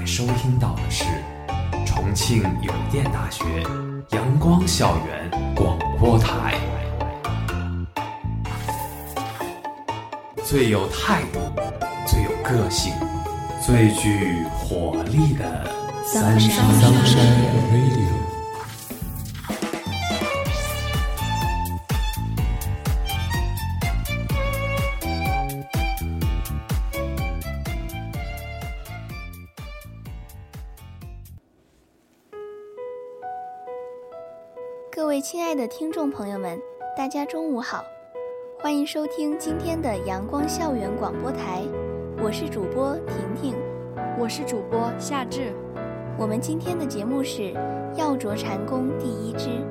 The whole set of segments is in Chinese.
收听到的是重庆邮电大学阳光校园广播台，最有态度、最有个性、最具活力的三山 Radio。 各位亲爱的听众朋友们，大家中午好，欢迎收听今天的阳光校园广播台，我是主播婷婷， 我是主播夏至。 我们今天的节目是药灼禅功第一支。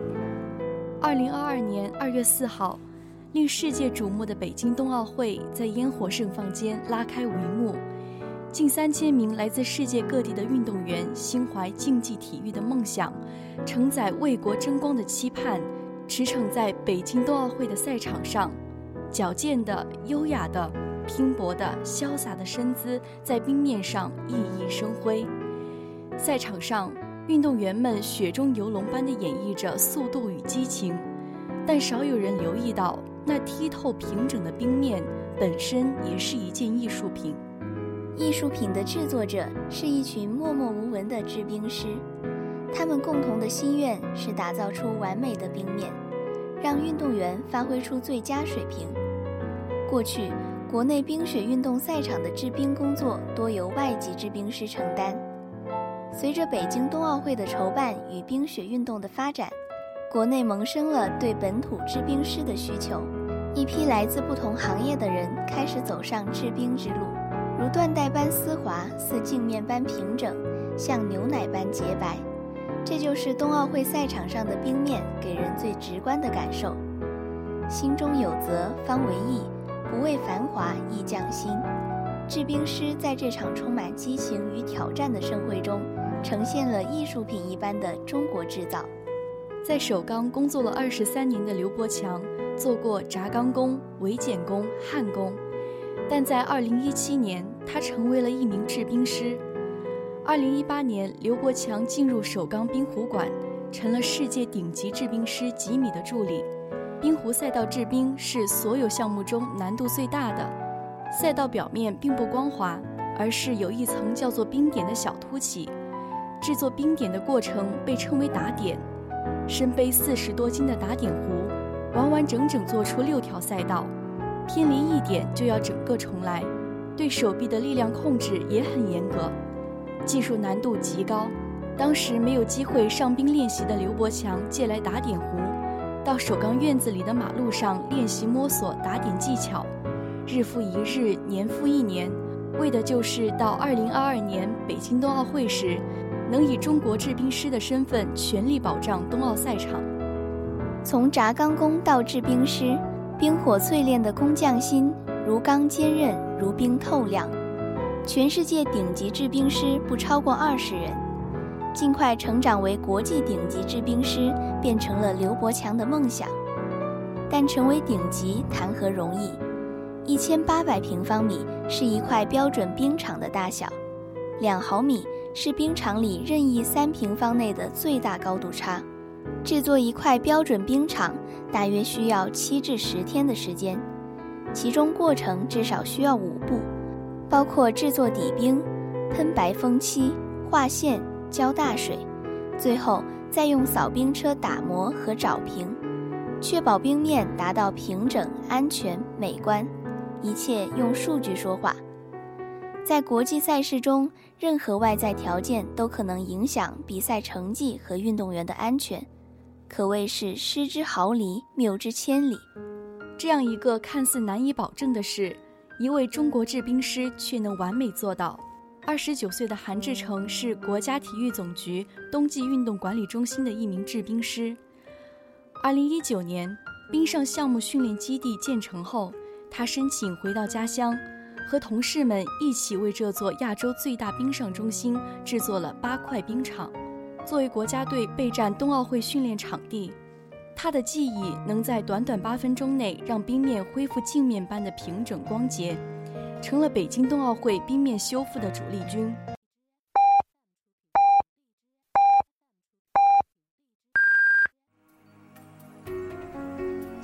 2022年2月4号，令世界瞩目的北京冬奥会在烟火盛放间拉开帷幕。近3000名来自世界各地的运动员心怀竞技体育的梦想，承载为国争光的期盼，驰骋在北京冬奥会的赛场上。矫健的、优雅的、拼搏的、潇洒的身姿在冰面上熠熠生辉。赛场上，运动员们雪中游龙般地演绎着速度与激情，但少有人留意到，那剔透平整的冰面本身也是一件艺术品。 艺术品的制作者是一群默默无闻的制冰师，他们共同的心愿是打造出完美的冰面，让运动员发挥出最佳水平。过去，国内冰雪运动赛场的制冰工作多由外籍制冰师承担。随着北京冬奥会的筹办与冰雪运动的发展，国内萌生了对本土制冰师的需求，一批来自不同行业的人开始走上制冰之路。如缎带般丝滑，似镜面般平整，像牛奶般洁白，这就是冬奥会赛场上的冰面给人最直观的感受。心中有则方为义，不畏繁华亦匠心。制冰师在这场充满激情与挑战的盛会中，呈现了艺术品一般的中国制造。 在首钢工作了23年的刘伯强，做过轧钢工、围剪工、焊工，但在2017年，他成为了一名制冰师。2018年，刘伯强进入首钢冰壶馆，成了世界顶级制冰师吉米的助理。冰壶赛道制冰是所有项目中难度最大的，赛道表面并不光滑，而是有一层叫做冰点的小凸起。制作冰点的过程被称为打点。身背40多斤的打点壶，完完整整做出6条赛道，偏离一点就要整个重来，对手臂的力量控制也很严格，技术难度极高。当时没有机会上冰练习的刘伯强借来打点壶，到首钢院子里的马路上练习摸索打点技巧，日复一日，年复一年，为的就是到2022年北京冬奥会时，能以中国制冰师的身份全力保障冬奥赛场。 从轧钢工到制冰师，冰火淬炼的工匠心，如钢坚韧，如冰透亮。全世界顶级制冰师不超过20人，尽快成长为国际顶级制冰师，变成了刘伯强的梦想。但成为顶级谈何容易？1800平方米是一块标准冰场的大小，2毫米是冰场里任意3平方内的最大高度差。制作一块标准冰场大约需要7至10天的时间，其中过程至少需要5步，包括制作底冰、喷白封漆、画线、浇大水，最后再用扫冰车打磨和找平，确保冰面达到平整、安全、美观，一切用数据说话。在国际赛事中，任何外在条件都可能影响比赛成绩和运动员的安全，可谓是失之毫厘，谬之千里。 这样一个看似难以保证的事，一位中国制冰师却能完美做到。29岁的韩志成是国家体育总局冬季运动管理中心的一名制冰师。2019年，冰上项目训练基地建成后，他申请回到家乡，和同事们一起为这座亚洲最大冰上中心制作了8块冰场，作为国家队备战冬奥会训练场地。他的技艺能在短短8分钟内让冰面恢复镜面般的平整光洁，成了北京冬奥会冰面修复的主力军。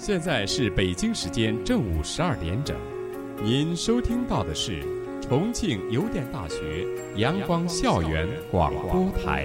现在是北京时间正午12点整，您收听到的是重庆邮电大学阳光校园广播台。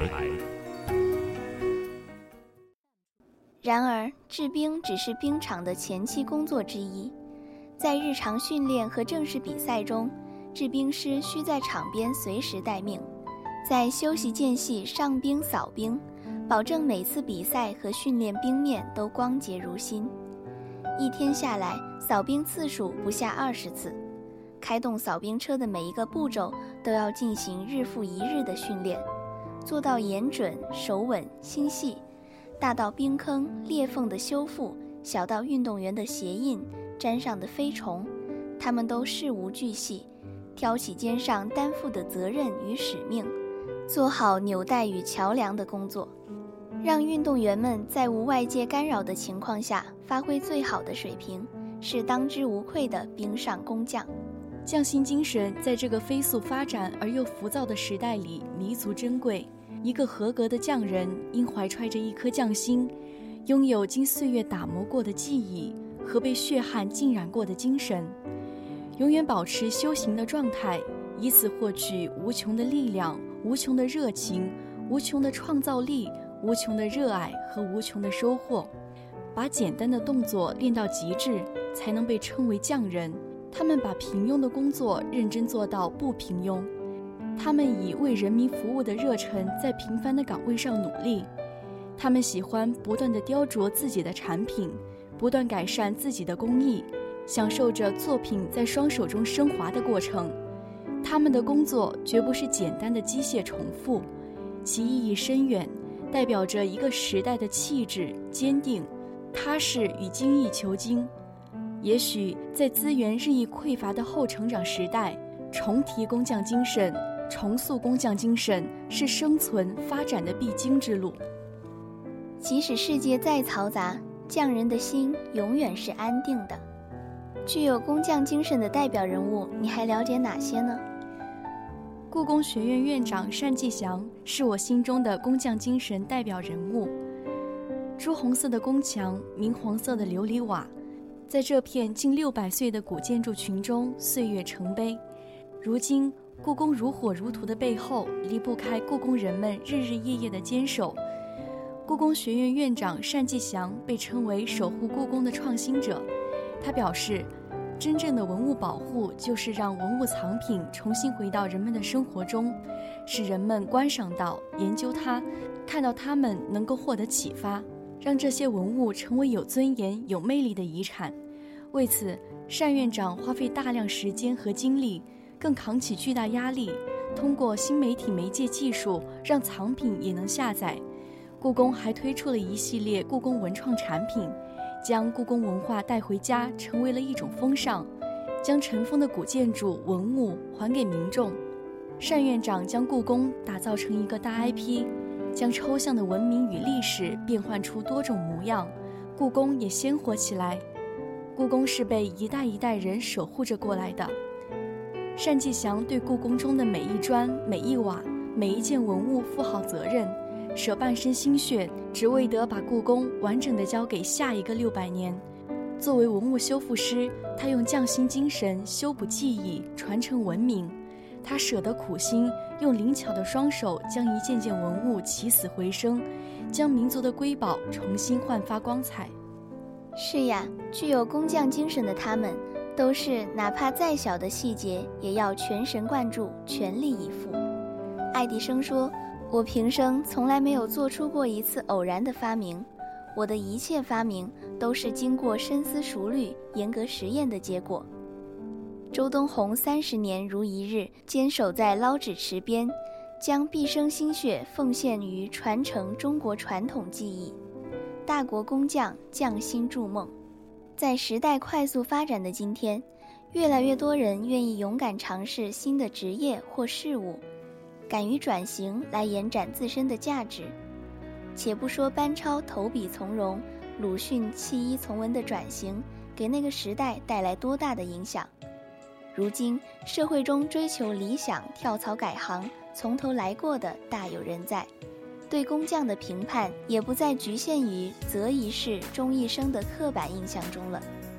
然而，制冰只是冰场的前期工作之一，在日常训练和正式比赛中，制冰师需在场边随时待命，在休息间隙上冰扫冰，保证每次比赛和训练冰面都光洁如新。一天下来，扫冰次数不下20次。开动扫冰车的每一个步骤都要进行日复一日的训练，做到严准、手稳、心细，大到冰坑、裂缝的修复，小到运动员的鞋印、沾上的飞虫，他们都事无巨细，挑起肩上担负的责任与使命，做好纽带与桥梁的工作，让运动员们在无外界干扰的情况下发挥最好的水平，是当之无愧的冰上工匠。 匠心精神在这个飞速发展而又浮躁的时代里弥足珍贵。一个合格的匠人应怀揣着一颗匠心，拥有经岁月打磨过的技艺和被血汗浸染过的精神，永远保持修行的状态，以此获取无穷的力量、无穷的热情、无穷的创造力、无穷的热爱和无穷的收获。把简单的动作练到极致，才能被称为匠人。他们把平庸的工作认真做到不平庸，他们以为人民服务的热忱在平凡的岗位上努力，他们喜欢不断地雕琢自己的产品，不断改善自己的工艺，享受着作品在双手中升华的过程。他们的工作绝不是简单的机械重复，其意义深远，代表着一个时代的气质、坚定、踏实与精益求精。也许在资源日益匮乏的后成长时代，重提工匠精神、重塑工匠精神是生存发展的必经之路。 即使世界再嘈杂，匠人的心永远是安定的。具有工匠精神的代表人物，你还了解哪些呢？ 故宫学院院长单霁翔是我心中的工匠精神代表人物。朱红色的宫墙，明黄色的琉璃瓦，在这片近600岁的古建筑群中岁月成碑。如今故宫如火如荼的背后，离不开故宫人们日日夜夜的坚守。故宫学院院长单霁翔被称为守护故宫的创新者。他表示，真正的文物保护就是让文物藏品重新回到人们的生活中，使人们观赏到、研究它，看到它们能够获得启发，让这些文物成为有尊严、有魅力的遗产。为此，单院长花费大量时间和精力，更扛起巨大压力，通过新媒体媒介技术让藏品也能下载。故宫还推出了一系列故宫文创产品，将故宫文化带回家成为了一种风尚，将尘封的古建筑文物还给民众。单院长将故宫打造成一个大 IP， 将抽象的文明与历史变换出多种模样，故宫也鲜活起来。故宫是被一代一代人守护着过来的。单霁翔对故宫中的每一砖、每一瓦、每一件文物负好责任，舍半身心血，只为得把故宫完整地交给下一个600年。作为文物修复师，他用匠心精神修补技艺，传承文明。他舍得苦心，用灵巧的双手将一件件文物起死回生，将民族的瑰宝重新焕发光彩。 是呀，具有工匠精神的他们，都是哪怕再小的细节也要全神贯注、全力以赴。爱迪生说，我平生从来没有做出过一次偶然的发明，我的一切发明都是经过深思熟虑、严格实验的结果。周东红30年如一日坚守在捞纸池边，将毕生心血奉献于传承中国传统技艺。大国工匠匠心筑梦。在时代快速发展的今天，越来越多人愿意勇敢尝试新的职业或事物，敢于转型来延展自身的价值。且不说班超投笔从戎，鲁迅弃医从文的转型给那个时代带来多大的影响，如今社会中追求理想、跳槽改行、从头来过的大有人在， 对工匠的评判也不再局限于择一事终一生的刻板印象中了。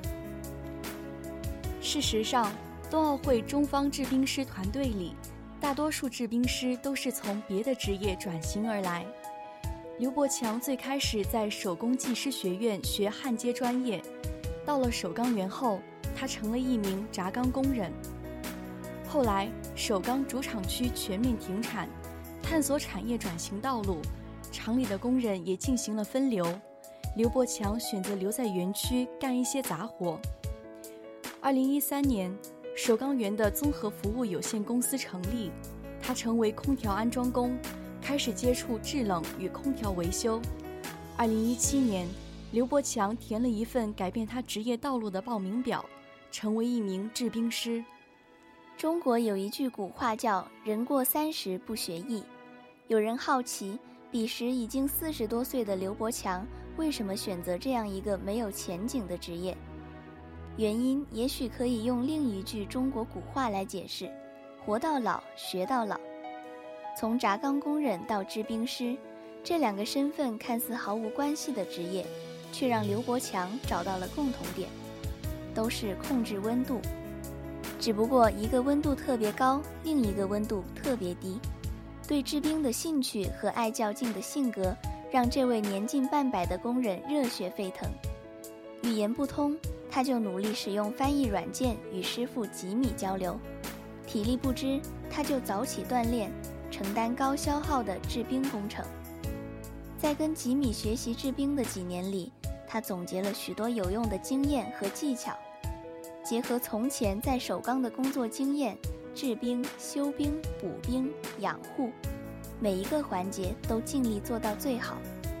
事实上，冬奥会中方制冰师团队里，大多数制冰师都是从别的职业转型而来。刘伯强最开始在手工技师学院学焊接专业，到了首钢园后，他成了一名轧钢工人。后来，首钢主厂区全面停产，探索产业转型道路，厂里的工人也进行了分流。刘伯强选择留在园区干一些杂活。2013年，首钢园的综合服务有限公司成立，他成为空调安装工，开始接触制冷与空调维修。2017年，刘伯强填了一份改变他职业道路的报名表，成为一名制冰师。 中国有一句古话叫“人过30不学艺”，有人好奇，彼时已经40多岁的刘伯强为什么选择这样一个没有前景的职业？原因也许可以用另一句中国古话来解释：活到老，学到老。从轧钢工人到制冰师，这两个身份看似毫无关系的职业，却让刘伯强找到了共同点，都是控制温度。只不过一个温度特别高，另一个温度特别低。对制冰的兴趣和爱较劲的性格，让这位年近半百的工人热血沸腾。语言不通，他就努力使用翻译软件与师傅吉米交流；体力不支，他就早起锻炼，承担高消耗的制冰工程。在跟吉米学习制冰的几年里，他总结了许多有用的经验和技巧，结合从前在首钢的工作经验，制冰、修冰、补冰、养护，每一个环节都尽力做到最好。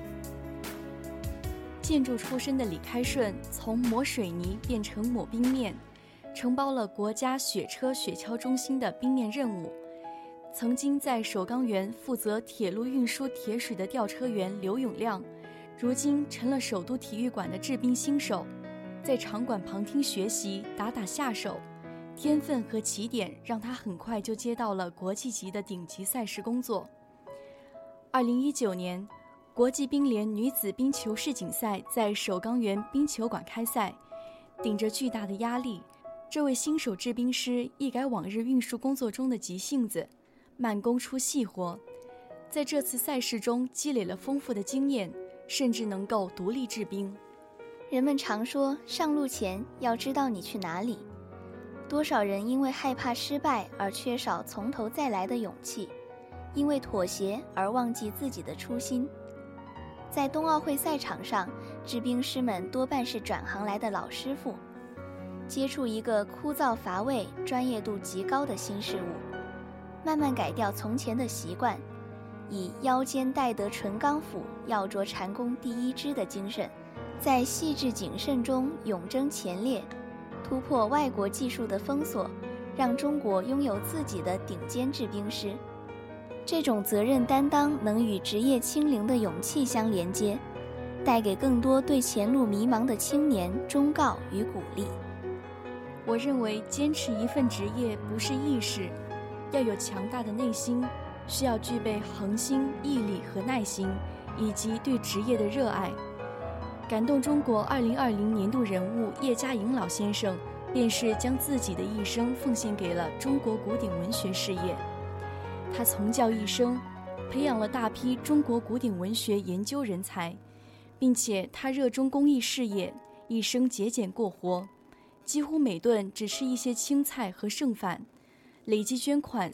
建筑出身的李开顺从磨水泥变成抹冰面，承包了国家雪车雪橇中心的冰面任务。曾经在首钢园负责铁路运输铁水的吊车员刘永亮，如今成了首都体育馆的制冰新手，在场馆旁听学习，打打下手，天分和起点让他很快就接到了国际级的顶级赛事工作。2019年，国际冰联女子冰球世锦赛在首钢园冰球馆开赛，顶着巨大的压力，这位新手制冰师一改往日运输工作中的急性子，慢工出细活，在这次赛事中积累了丰富的经验，甚至能够独立制冰。 人们常说，上路前要知道你去哪里。多少人因为害怕失败而缺少从头再来的勇气，因为妥协而忘记自己的初心。在冬奥会赛场上，制冰师们多半是转行来的老师傅，接触一个枯燥乏味、专业度极高的新事物，慢慢改掉从前的习惯，以腰间带得纯钢斧，要着禅功第一支的精神，在细致谨慎中勇争前列，突破外国技术的封锁，让中国拥有自己的顶尖制冰师。这种责任担当能与职业清零的勇气相连接，带给更多对前路迷茫的青年忠告与鼓励。 我认为坚持一份职业不是易事，要有强大的内心，需要具备恒心、毅力和耐心，以及对职业的热爱。感动中国2020年度人物叶嘉莹老先生，便是将自己的一生奉献给了中国古典文学事业。他从教一生，培养了大批中国古典文学研究人才，并且他热衷公益事业，一生节俭过活，几乎每顿只吃一些青菜和剩饭，累计捐款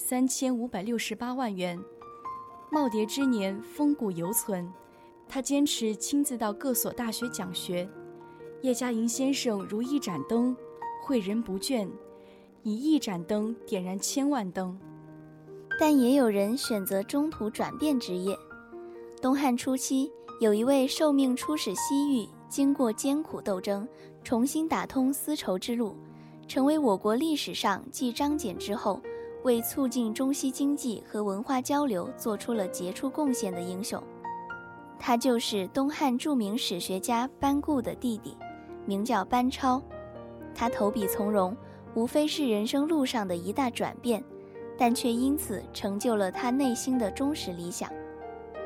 3568万元。耄耋之年，风骨犹存，他坚持亲自到各所大学讲学。叶嘉莹先生如一盏灯，诲人不倦，以一盏灯点燃千万灯。 但也有人选择中途转变职业。东汉初期，有一位受命出使西域，经过艰苦斗争，重新打通丝绸之路，成为我国历史上继张謇之后，为促进中西经济和文化交流做出了杰出贡献的英雄。他就是东汉著名史学家班固的弟弟，名叫班超。他投笔从戎，无非是人生路上的一大转变，但却因此成就了他内心的忠实理想。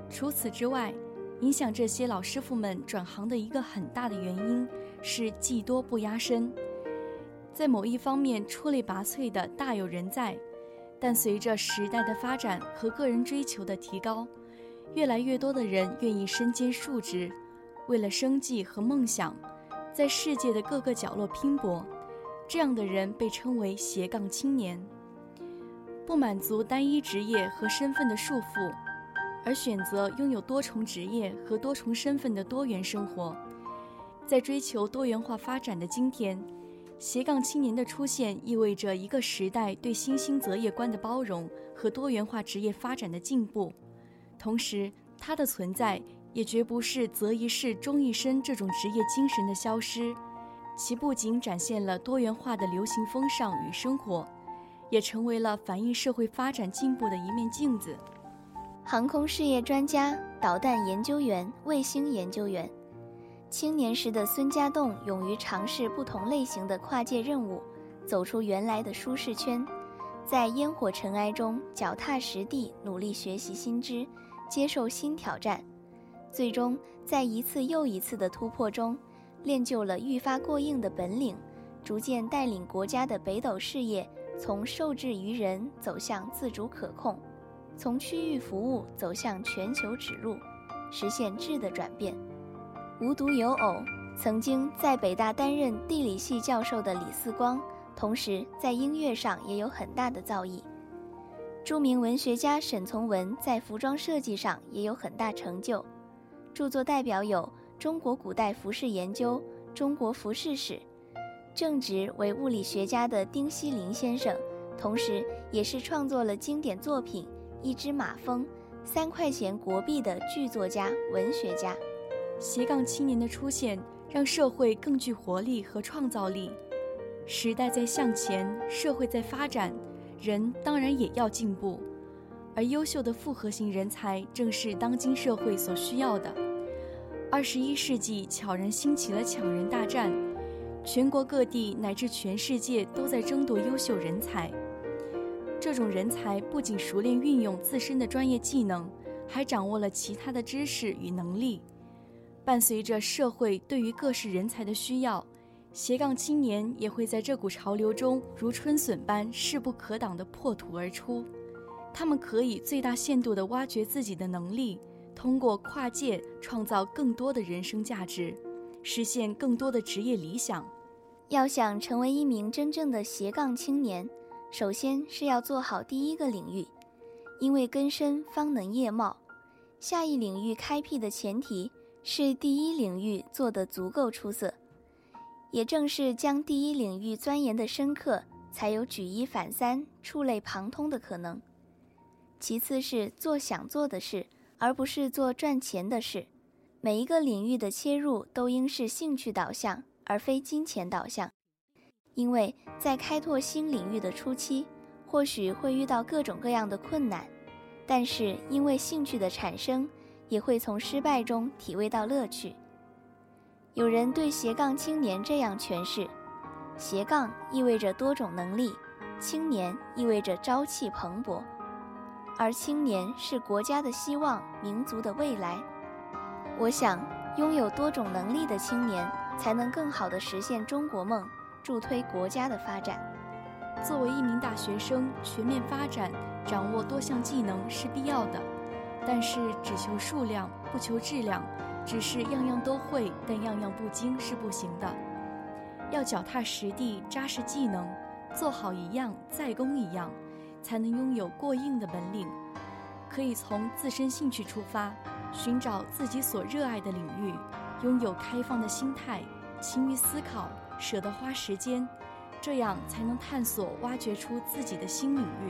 除此之外，影响这些老师傅们转行的一个很大的原因是技多不压身。在某一方面出类拔萃的大有人在，但随着时代的发展和个人追求的提高，越来越多的人愿意身兼数职，为了生计和梦想，在世界的各个角落拼搏。这样的人被称为斜杠青年，不满足单一职业和身份的束缚，而选择拥有多重职业和多重身份的多元生活。在追求多元化发展的今天，斜杠青年的出现意味着一个时代对新兴择业观的包容和多元化职业发展的进步。同时，它的存在也绝不是择一事终一身这种职业精神的消失，其不仅展现了多元化的流行风尚与生活，也成为了反映社会发展进步的一面镜子。 航空事业专家、导弹研究员、卫星研究员。青年时的孙家栋勇于尝试不同类型的跨界任务，走出原来的舒适圈，在烟火尘埃中脚踏实地，努力学习新知，接受新挑战，最终在一次又一次的突破中练就了愈发过硬的本领，逐渐带领国家的北斗事业从受制于人走向自主可控，从区域服务走向全球指路，实现质的转变。无独有偶，曾经在北大担任地理系教授的李四光，同时在音乐上也有很大的造诣。著名文学家沈从文在服装设计上也有很大成就，著作代表有《中国古代服饰研究》《中国服饰史》。正职为物理学家的丁锡林先生，同时也是创作了经典作品《一只马蜂》《3块钱国币》的剧作家、文学家。 斜杠青年的出现让社会更具活力和创造力。时代在向前，社会在发展，人当然也要进步，而优秀的复合型人才正是当今社会所需要的。21世纪悄然兴起了抢人大战，全国各地乃至全世界都在争夺优秀人才。这种人才不仅熟练运用自身的专业技能，还掌握了其他的知识与能力。伴随着社会对于各式人才的需要，斜杠青年也会在这股潮流中如春笋般势不可挡地破土而出。他们可以最大限度地挖掘自己的能力，通过跨界创造更多的人生价值，实现更多的职业理想。 要想成为一名真正的斜杠青年，首先是要做好第一个领域，因为根深方能叶茂。下一领域开辟的前提是第一领域做得足够出色，也正是将第一领域钻研的深刻，才有举一反三、触类旁通的可能。其次是做想做的事，而不是做赚钱的事。每一个领域的切入都应是兴趣导向，而非金钱导向。因为在开拓新领域的初期，或许会遇到各种各样的困难，但是因为兴趣的产生，也会从失败中体味到乐趣。有人对斜杠青年这样诠释：斜杠意味着多种能力，青年意味着朝气蓬勃，而青年是国家的希望，民族的未来。我想，拥有多种能力的青年，才能更好地实现中国梦，助推国家的发展。 作为一名大学生，全面发展，掌握多项技能是必要的。但是只求数量不求质量，只是样样都会但样样不精是不行的。要脚踏实地扎实技能，做好一样再攻一样，才能拥有过硬的本领。可以从自身兴趣出发，寻找自己所热爱的领域，拥有开放的心态，勤于思考，舍得花时间，这样才能探索挖掘出自己的新领域。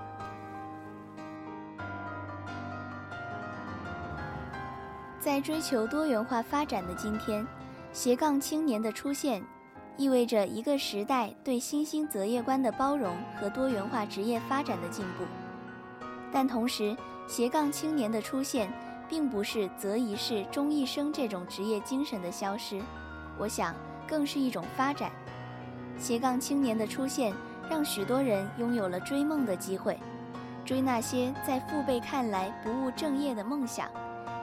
在追求多元化发展的今天，斜杠青年的出现意味着一个时代对新兴择业观的包容和多元化职业发展的进步。但同时，斜杠青年的出现并不是择一事终一生这种职业精神的消失，我想更是一种发展。斜杠青年的出现让许多人拥有了追梦的机会，追那些在父辈看来不务正业的梦想，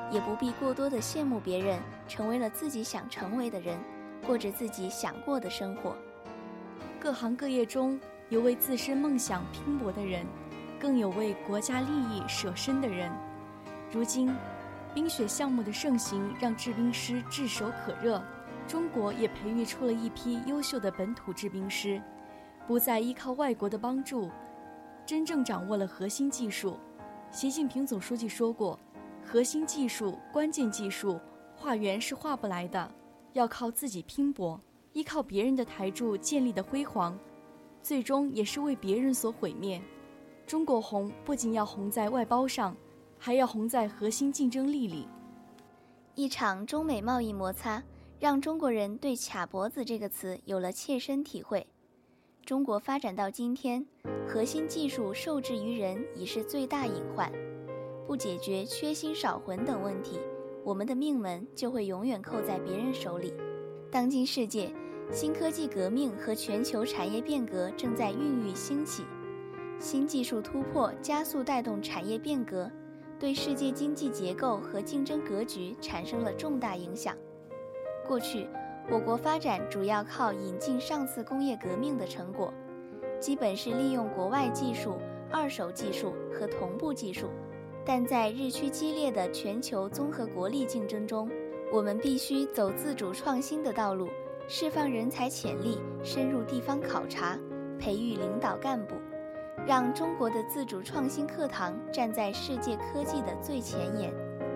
也不必过多的羡慕别人成为了自己想成为的人，过着自己想过的生活。 各行各业中有为自身梦想拼搏的人，更有为国家利益舍身的人。如今冰雪项目的盛行让制冰师炙手可热，中国也培育出了一批优秀的本土制冰师，不再依靠外国的帮助，真正掌握了核心技术。习近平总书记说过，核心技术、关键技术化缘是化不来的，要靠自己拼搏，依靠别人的台柱建立的辉煌，最终也是为别人所毁灭。中国红不仅要红在外包上，还要红在核心竞争力里。 一场中美贸易摩擦让中国人对卡脖子这个词有了切身体会。中国发展到今天，核心技术受制于人已是最大隐患，不解决缺芯少混等问题，我们的命门就会永远扣在别人手里。当今世界，新科技革命和全球产业变革正在孕育兴起，新技术突破加速带动产业变革，对世界经济结构和竞争格局产生了重大影响。过去，我国发展主要靠引进上次工业革命的成果，基本是利用国外技术、二手技术和同步技术。但在日趋激烈的全球综合国力竞争中，我们必须走自主创新的道路，释放人才潜力，深入地方考察，培育领导干部，让中国的自主创新课堂站在世界科技的最前沿。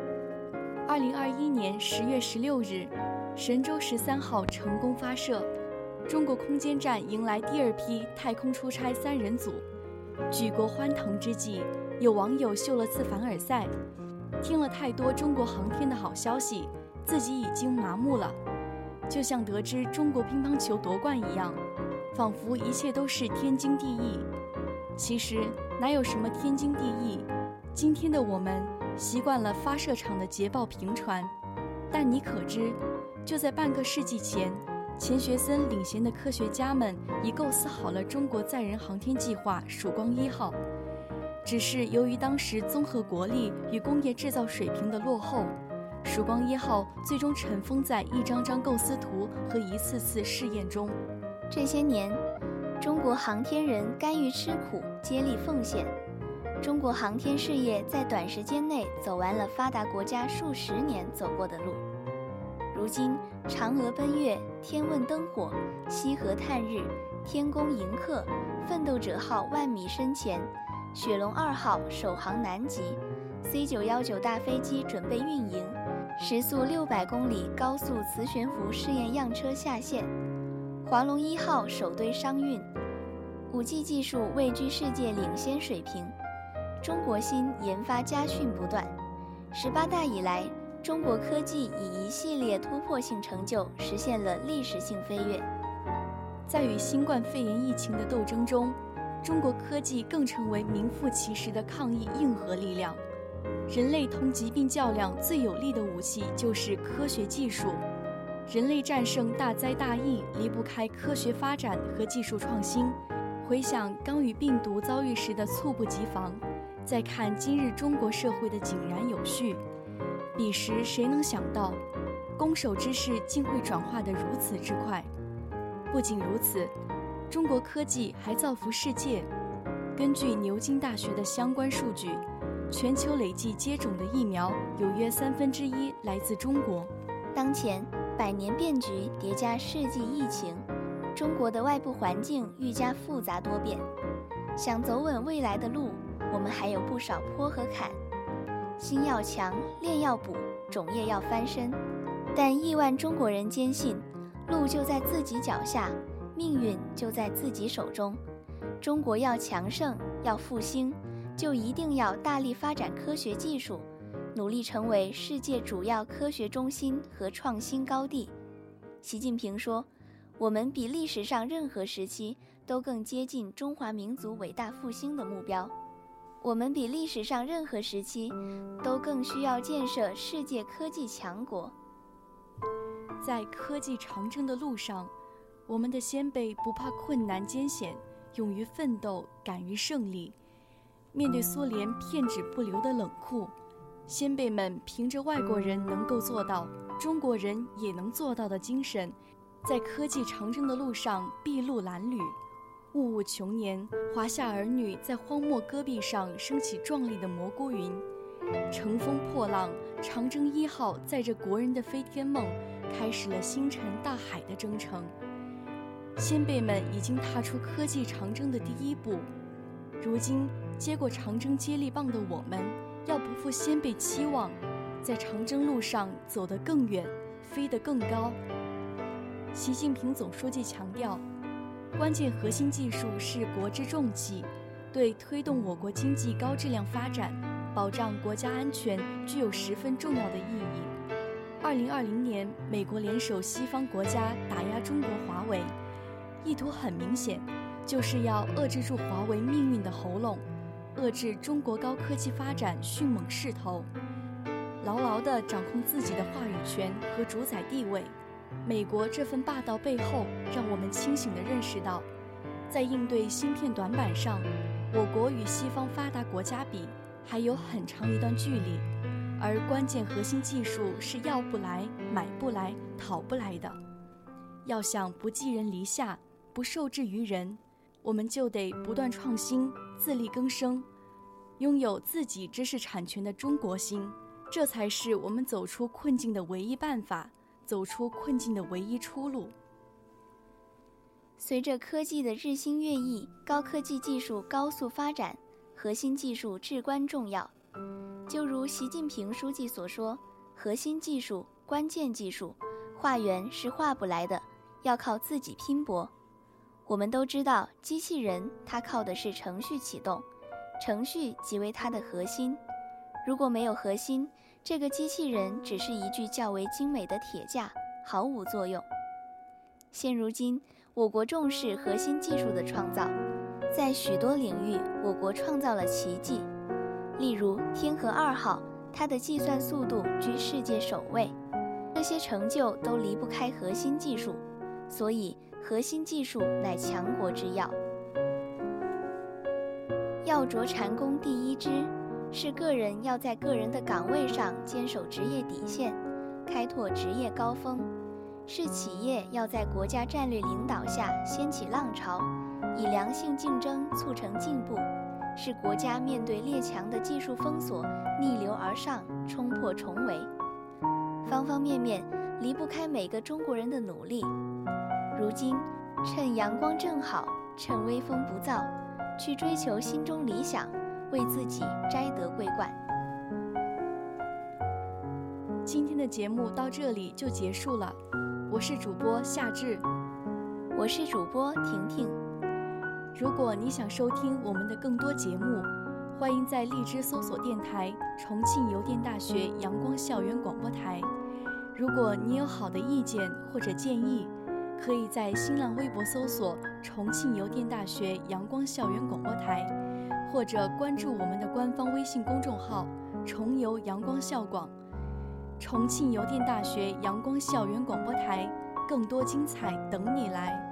2021年10月16日，神舟13号成功发射，中国空间站迎来第二批太空出差3人组。举国欢腾之际，有网友秀了次凡尔赛，听了太多中国航天的好消息，自己已经麻木了，就像得知中国乒乓球夺冠一样，仿佛一切都是天经地义。其实哪有什么天经地义，今天的我们习惯了发射场的捷报频传，但你可知，就在半个世纪前，钱学森领衔的科学家们已构思好了中国载人航天计划曙光1号，只是由于当时综合国力与工业制造水平的落后，曙光1号最终尘封在一张张构思图和一次次试验中。 这些年，中国航天人甘于吃苦，接力奉献，中国航天事业在短时间内走完了发达国家数十年走过的路。如今，嫦娥奔月、天问灯火、西河探日、天宫迎客、奋斗者号万米深潜、雪龙2号首航南极、C919大飞机准备运营，时速600公里高速磁悬浮试验样车下线，华龙1号首堆商运，5G 技术位居世界领先水平，中国芯研发加迅不断。18大以来，中国科技以一系列突破性成就实现了历史性飞跃。 在与新冠肺炎疫情的斗争中，中国科技更成为名副其实的抗疫硬核力量。人类同疾病较量最有力的武器就是科学技术。人类战胜大灾大疫离不开科学发展和技术创新。回想刚与病毒遭遇时的猝不及防，再看今日中国社会的井然有序，彼时谁能想到，攻守之势竟会转化得如此之快。不仅如此，中国科技还造福世界。根据牛津大学的相关数据，全球累计接种的疫苗有约1/3来自中国。 当前百年变局叠加世纪疫情，中国的外部环境愈加复杂多变。想走稳未来的路，我们还有不少坡和坎。心要强，练要补，种业要翻身。但亿万中国人坚信，路就在自己脚下，命运就在自己手中。中国要强盛，要复兴，就一定要大力发展科学技术，努力成为世界主要科学中心和创新高地。习近平说，我们比历史上任何时期都更接近中华民族伟大复兴的目标。我们比历史上任何时期都更需要建设世界科技强国。 在科技长征的路上，我们的先辈不怕困难艰险，勇于奋斗，敢于胜利。面对苏联骗纸不留的冷酷， 先辈们凭着外国人能够做到，中国人也能做到的精神，在科技长征的路上筚路蓝缕。雾雾穷年，华夏儿女在荒漠戈壁上升起壮丽的蘑菇云。乘风破浪，长征1号载着国人的飞天梦，开始了星辰大海的征程。先辈们已经踏出科技长征的第一步，如今接过长征接力棒的我们，要不负先辈期望，在长征路上走得更远，飞得更高。习近平总书记强调，关键核心技术是国之重器，对推动我国经济高质量发展、保障国家安全具有十分重要的意义。2020年，美国联手西方国家打压中国华为，意图很明显，就是要遏制住华为命运的喉咙，遏制中国高科技发展迅猛势头，牢牢地掌控自己的话语权和主宰地位。美国这份霸道背后，让我们清醒地认识到，在应对芯片短板上，我国与西方发达国家比还有很长一段距离，而关键核心技术是要不来、买不来、讨不来的。要想不寄人篱下，不受制于人，我们就得不断创新，自力更生，拥有自己知识产权的中国心，这才是我们走出困境的唯一办法，走出困境的唯一出路。 随着科技的日新月异，高科技技术高速发展，核心技术至关重要。就如习近平书记所说，核心技术、关键技术，化缘是化不来的，要靠自己拼搏。我们都知道，机器人它靠的是程序启动，程序即为它的核心。如果没有核心，这个机器人只是一具较为精美的铁架，毫无作用。现如今，我国重视核心技术的创造，在许多领域，我国创造了奇迹。例如天河2号，它的计算速度居世界首位，这些成就都离不开核心技术，所以核心技术乃强国之要。要着禅功第一支，是个人要在个人的岗位上坚守职业底线，开拓职业高峰，是企业要在国家战略领导下掀起浪潮，以良性竞争促成进步，是国家面对列强的技术封锁逆流而上，冲破重围。方方面面离不开每个中国人的努力。如今趁阳光正好，趁微风不燥，去追求心中理想，为自己摘得桂冠。 今天的节目到这里就结束了，我是主播夏至， 我是主播婷婷。 如果你想收听我们的更多节目，欢迎在荔枝搜索电台重庆邮电大学阳光校园广播台。如果你有好的意见或者建议，可以在新浪微博搜索重庆邮电大学阳光校园广播台，或者关注我们的官方微信公众号重邮阳光校广。重庆邮电大学阳光校园广播台，更多精彩等你来。